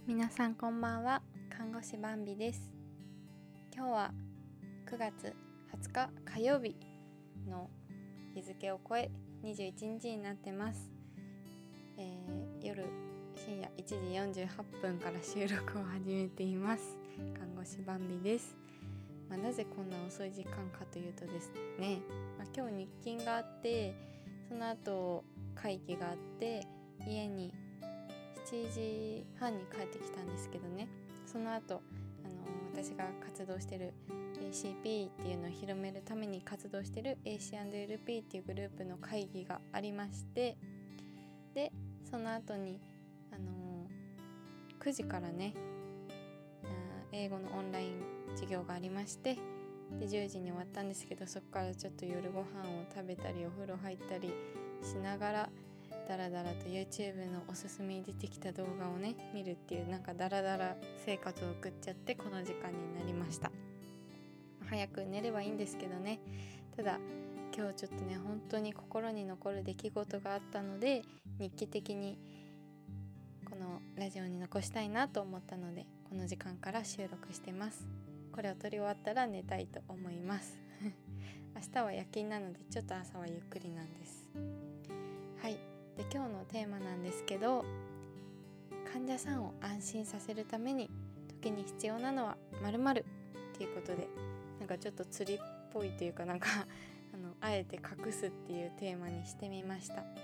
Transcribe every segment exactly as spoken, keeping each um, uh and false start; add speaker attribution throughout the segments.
Speaker 1: 皆さんこんばんは。看護師バンビです。今日はくがつはつか火曜日の日付を超えにじゅういちにちになってます。えー、夜深夜いちじよんじゅうはっぷんから収録を始めています。看護師バンビです。まあ、なぜこんな遅い時間かというとですね、まあ、今日日勤があって、その後会議があって家にしちじはんに帰ってきたんですけどね、その後あの私が活動してる エーシーピー っていうのを広めるために活動してる エーシーアンドエルピー っていうグループの会議がありまして、でその後にあのくじからね英語のオンライン授業がありまして、でじゅうじに終わったんですけど、そこからちょっと夜ご飯を食べたりお風呂入ったりしながらだらだらと YouTube のおすすめに出てきた動画をね見るっていう、なんかだらだら生活を送っちゃって、この時間になりました。早く寝ればいいんですけどね。ただ今日ちょっとね本当に心に残る出来事があったので、日記的にこのラジオに残したいなと思ったので、この時間から収録してます。これを撮り終わったら寝たいと思います明日は夜勤なのでちょっと朝はゆっくりなんです。はい。で今日のテーマなんですけど、患者さんを安心させるために時に必要なのは〇〇っていうことで、なんかちょっと釣りっぽいというか、なんかあのあえて隠すっていうテーマにしてみました。え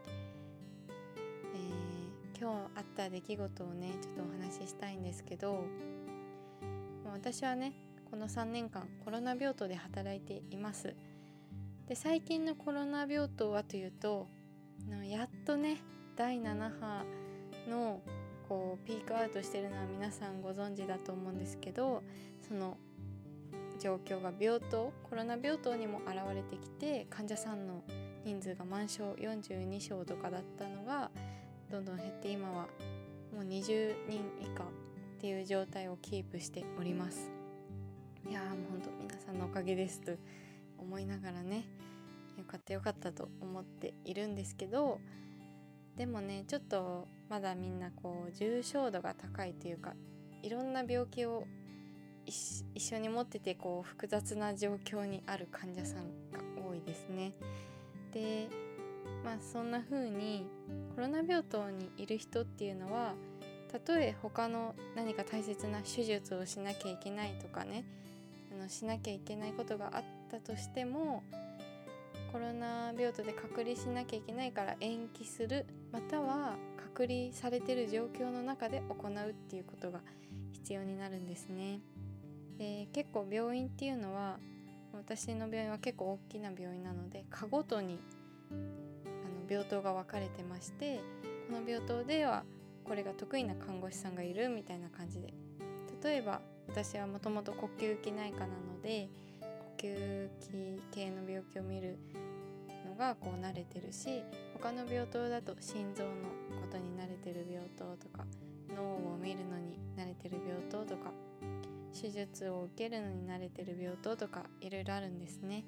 Speaker 1: ー、今日あった出来事をねちょっとお話ししたいんですけど、私はねこのさんねんかんコロナ病棟で働いています。で最近のコロナ病棟はというと、やっとねだいななはのこうピークアウトしてるのは皆さんご存知だと思うんですけど、その状況が病棟コロナ病棟にも現れてきて、患者さんの人数が満床よんじゅうにしょうとかだったのがどんどん減って、今はもうにじゅうにん以下っていう状態をキープしております。いやーもう本当皆さんのおかげですと思いながらね、よかったよかったと思っているんですけど、でもねちょっとまだみんなこう重症度が高いというか、いろんな病気を一緒に持っててこう複雑な状況にある患者さんが多いですね。でまあそんな風にコロナ病棟にいる人っていうのは、たとえ他の何か大切な手術をしなきゃいけないとかね、あのしなきゃいけないことがあったとしても、コロナ病棟で隔離しなきゃいけないから延期する、または隔離されている状況の中で行うっていうことが必要になるんですね。で結構病院っていうのは、私の病院は結構大きな病院なので科ごとにあの病棟が分かれてまして、この病棟ではこれが得意な看護師さんがいるみたいな感じで、例えば私はもともと呼吸器内科なので呼吸器系の病気を見るのがこう慣れてるし、他の病棟だと心臓のことに慣れてる病棟とか、脳を見るのに慣れてる病棟とか、手術を受けるのに慣れてる病棟とかいろいろあるんですね。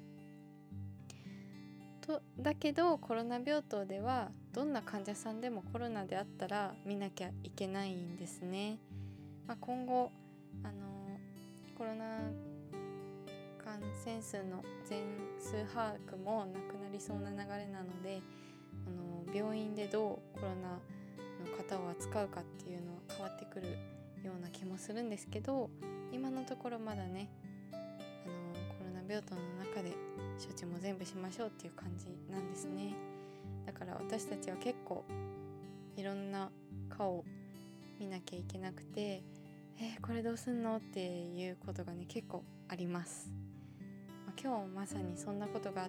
Speaker 1: とだけどコロナ病棟ではどんな患者さんでもコロナであったら見なきゃいけないんですね。まあ、今後あのコロナ感染数の全数把握もなくなりそうな流れなので、あの病院でどうコロナの方を扱うかっていうのは変わってくるような気もするんですけど、今のところまだねあのコロナ病棟の中で処置も全部しましょうっていう感じなんですね。だから私たちは結構いろんな顔を見なきゃいけなくて、えー、これどうすんのっていうことがね結構あります。まあ、今日まさにそんなことがあって、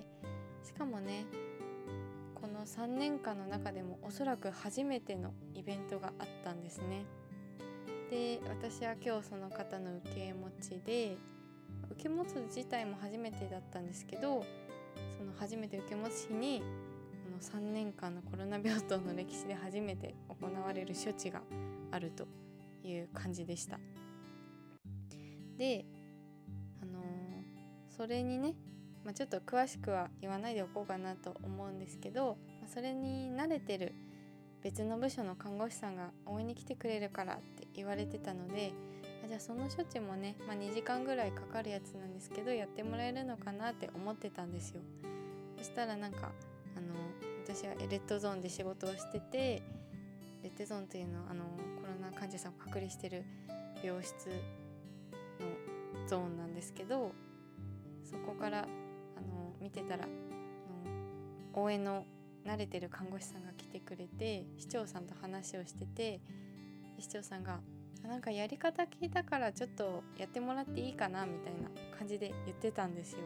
Speaker 1: しかもねこのさんねんかんの中でもおそらく初めてのイベントがあったんですね。で私は今日その方の受け持ちで、受け持つ自体も初めてだったんですけど、その初めて受け持つ日にこのさんねんかんのコロナ病棟の歴史で初めて行われる処置があるという感じでした。であのー、それにね、まあ、ちょっと詳しくは言わないでおこうかなと思うんですけど、まあ、それに慣れてる別の部署の看護師さんが応援に来てくれるからって言われてたので、あじゃあその処置もね、まあ、にじかんぐらいかかるやつなんですけどやってもらえるのかなって思ってたんですよ。そしたらなんかあの私はレッドゾーンで仕事をしてて、レッドゾーンというのはあのコロナ患者さんを隔離してる病室のゾーンなんですけど、そこからあの見てたらあの応援の慣れてる看護師さんが来てくれて、市長さんと話をしてて、市長さんがなんかやり方聞いたからちょっとやってもらっていいかなみたいな感じで言ってたんですよ。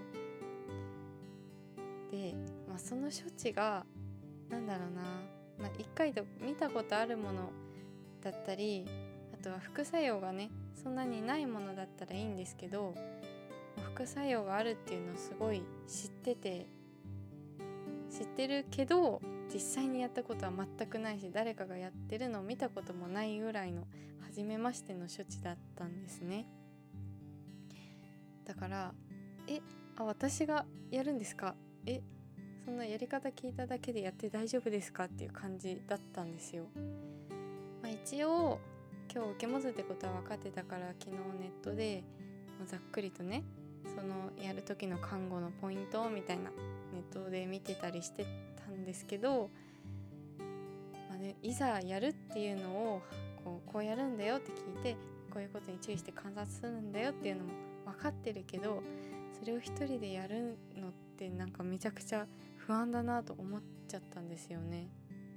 Speaker 1: で、まあ、その処置がなんだろうな、まあ、一回と見たことあるものだったり、あとは副作用がねそんなにないものだったらいいんですけど、副作用があるっていうのをすごい知ってて知ってるけど実際にやったことは全くないし、誰かがやってるのを見たこともないぐらいの初めましての処置だったんですね。だからえあ私がやるんですか、えそんなやり方聞いただけでやって大丈夫ですかっていう感じだったんですよ。まあ、一応今日受け持つってことは分かってたから、昨日ネットでもうざっくりとねそのやる時の看護のポイントみたいなネットで見てたりしてたんですけど、まあね、いざやるっていうのをこう、こうやるんだよって聞いて、こういうことに注意して観察するんだよっていうのも分かってるけど、それを一人でやるのってなんかめちゃくちゃ不安だなと思っちゃったんですよね。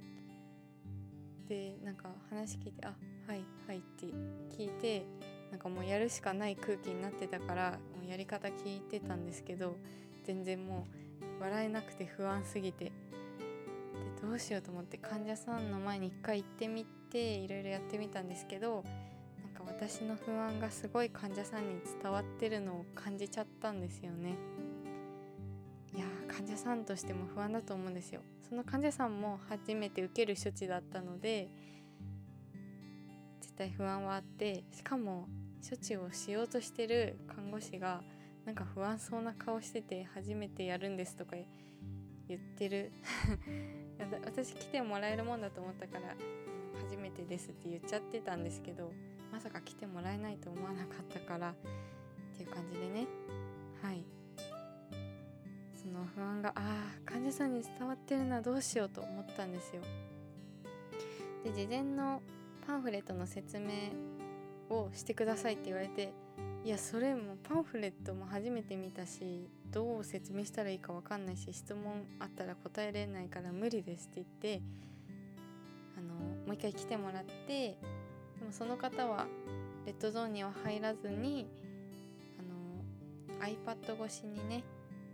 Speaker 1: でなんか話聞いて、あはいはいって聞いて、なんかもうやるしかない空気になってたからもうやり方聞いてたんですけど、全然もう笑えなくて不安すぎて、でどうしようと思って患者さんの前に一回行ってみていろいろやってみたんですけど、なんか私の不安がすごい患者さんに伝わってるのを感じちゃったんですよね。いや患者さんとしても不安だと思うんですよ。その患者さんも初めて受ける処置だったので絶対不安はあって、しかも処置をしようとしてる看護師がなんか不安そうな顔してて、初めてやるんですとか言ってる私来てもらえるもんだと思ったから初めてですって言っちゃってたんですけど、まさか来てもらえないと思わなかったからっていう感じでね、はいその不安があ患者さんに伝わってるな、どうしようと思ったんですよ。で事前のパンフレットの説明をしてくださいって言われて、いやそれもパンフレットも初めて見たし、どう説明したらいいか分かんないし、質問あったら答えれないから無理ですって言って、あのもう一回来てもらって、でもその方はレッドゾーンには入らずにあの iPad 越しにね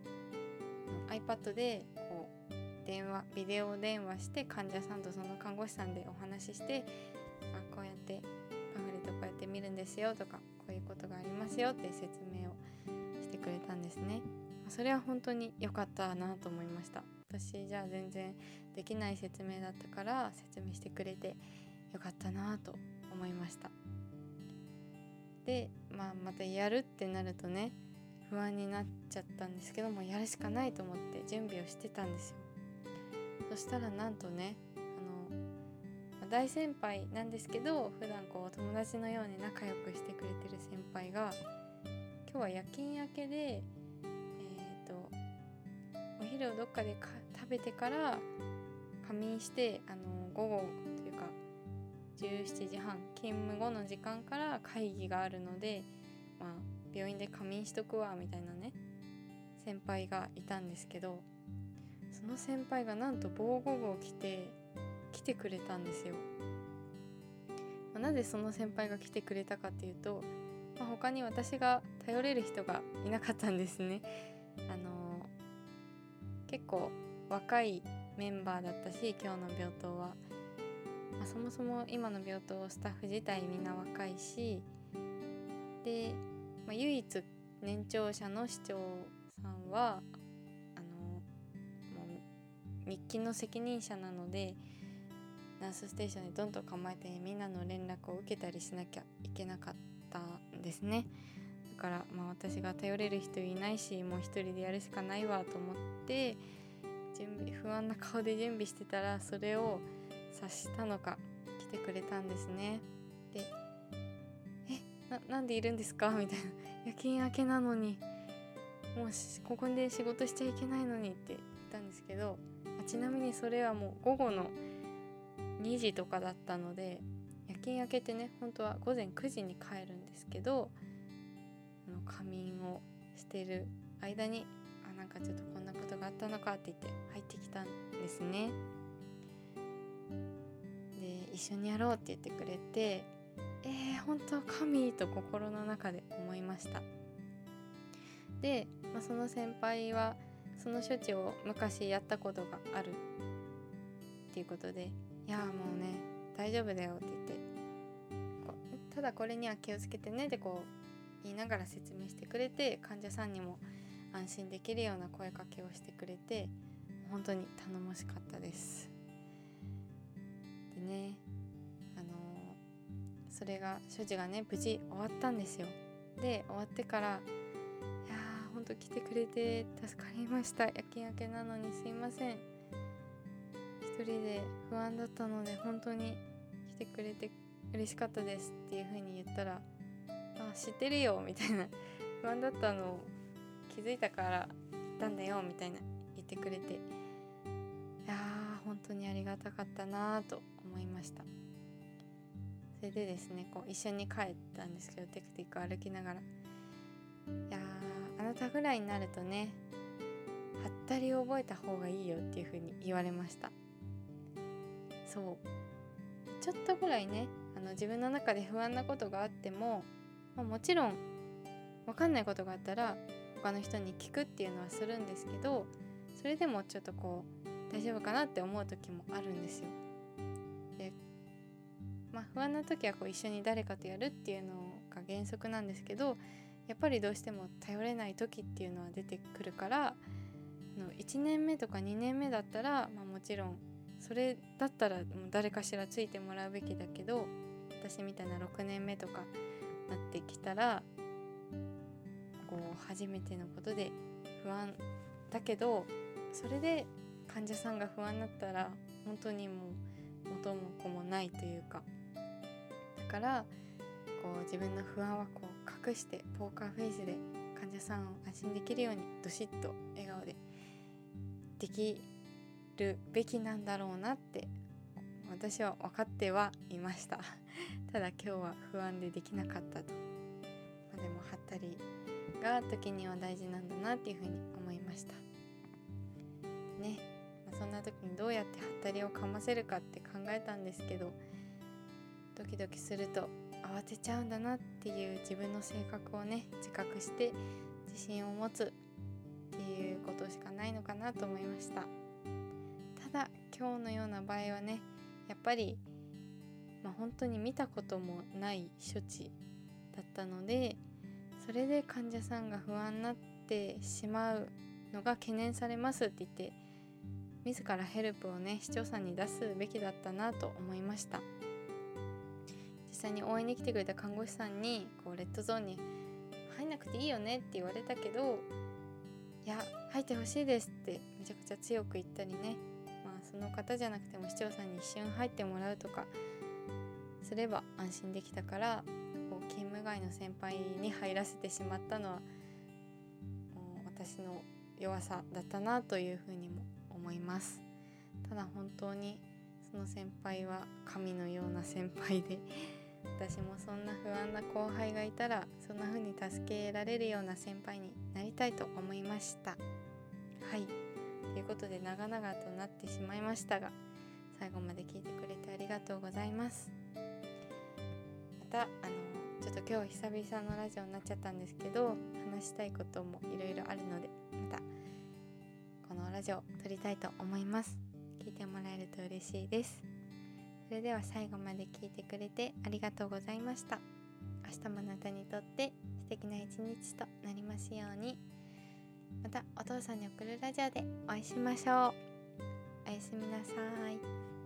Speaker 1: iPad でこう電話ビデオ電話して患者さんとその看護師さんでお話しして、あこうやってパンフレットこうやって見るんですよとか、こういうことがありますよって説明をしてくれたんですね。それは本当に良かったなと思いました。私じゃあ全然できない説明だったから説明してくれて良かったなと思いました。で、まあ、またやるってなるとね不安になっちゃったんですけども、やるしかないと思って準備をしてたんですよ。そしたらなんとねあの大先輩なんですけど、普段こう友達のように仲良くしてくれてる先輩が今日は夜勤明けで、えー、とお昼をどっかでか食べてから仮眠して、あの午後というかじゅうしちじはん勤務後の時間から会議があるので、まあ、病院で仮眠しとくわみたいなね先輩がいたんですけど、その先輩がなんと防護具を着て来てくれたんですよ。まあ、なぜその先輩が来てくれたかっていうと、まあ、他に私が頼れる人がいなかったんですね。あのー、結構若いメンバーだったし、今日の病棟は、まあ、そもそも今の病棟スタッフ自体みんな若いし、で、まあ、唯一年長者の市長さんはあのもう日勤の責任者なので、ナースステーションにどんと構えてみんなの連絡を受けたりしなきゃいけなかったんですね。だから、まあ、私が頼れる人いないし、もう一人でやるしかないわと思って準備不安な顔で準備してたら、それを察したのか来てくれたんですね。で、えな、なんでいるんですかみたいな、夜勤明けなのに、もうここで仕事しちゃいけないのにって言ったんですけど、ちなみにそれはもう午後のにじとかだったので、夜勤明けってね本当は午前くじに帰るんですけど、あの仮眠をしてる間にあなんかちょっとこんなことがあったのかって言って入ってきたんですね。で一緒にやろうって言ってくれて、えー、本当神と心の中で思いました。で、まあ、その先輩はその処置を昔やったことがあるっていうことで、いやもうね大丈夫だよって言って、こうただこれには気をつけてねってこう言いながら説明してくれて、患者さんにも安心できるような声かけをしてくれて、本当に頼もしかったです。でね、あのー、それが処置がね無事終わったんですよ。で終わってから、いやー本当来てくれて助かりました。夜勤明けなのにすいません、一人で不安だったので本当に来てくれて嬉しかったですっていう風に言ったら、あ知ってるよみたいな、不安だったのを気づいたから言ったんだよみたいな言ってくれて、いやー本当にありがたかったなと思いました。それでですね、こう一緒に帰ったんですけど、テクテク歩きながら、いやーあなたぐらいになるとねはったりを覚えた方がいいよっていう風に言われました。そうちょっとぐらいね、あの自分の中で不安なことがあっても、まあ、もちろん分かんないことがあったら他の人に聞くっていうのはするんですけど、それでもちょっとこう大丈夫かなって思う時もあるんですよ。で、まあ、不安な時はこう一緒に誰かとやるっていうのが原則なんですけど、やっぱりどうしても頼れない時っていうのは出てくるから、のいちねんめとかにねんめだったら、まあ、もちろんそれだったらもう誰かしらついてもらうべきだけど、私みたいなろくねんめとかなってきたら、こう初めてのことで不安だけど、それで患者さんが不安になったら本当にもう元も子もないというか、だからこう自分の不安はこう隠してポーカーフェイスで患者さんを安心できるようにどしっと笑顔でできるべきなんだろうなって私は分かってはいましたただ今日は不安でできなかったと、まあ、でもハッタリが時には大事なんだなっていうふうに思いましたね。まあ、そんな時にどうやってハッタリをかませるかって考えたんですけど、ドキドキすると慌てちゃうんだなっていう自分の性格をね自覚して自信を持つっていうことしかないのかなと思いました。ただ今日のような場合はね、やっぱり、まあ、本当に見たこともない処置だったので、それで患者さんが不安になってしまうのが懸念されますって言って自らヘルプをね市長さんに出すべきだったなと思いました。実際に応援に来てくれた看護師さんにこうレッドゾーンに入んなくていいよねって言われたけど、いや入ってほしいですってめちゃくちゃ強く言ったりね、まあ、その方じゃなくても市長さんに一瞬入ってもらうとかすれば安心できたから、こう勤務外の先輩に入らせてしまったのはもう私の弱さだったなというふうにも思います。ただ本当にその先輩は神のような先輩で私もそんな不安な後輩がいたらそんな風に助けられるような先輩になりたいと思いました。はい、ということで長々となってしまいましたが、最後まで聞いてくれてありがとうございます。またあのちょっと今日久々のラジオになっちゃったんですけど、話したいこともいろいろあるのでまたこのラジオ撮りたいと思います。聞いてもらえると嬉しいです。それでは最後まで聞いてくれてありがとうございました。明日もあなたにとって素敵な一日となりますように。またお父さんに送るラジオでお会いしましょう。おやすみなさい。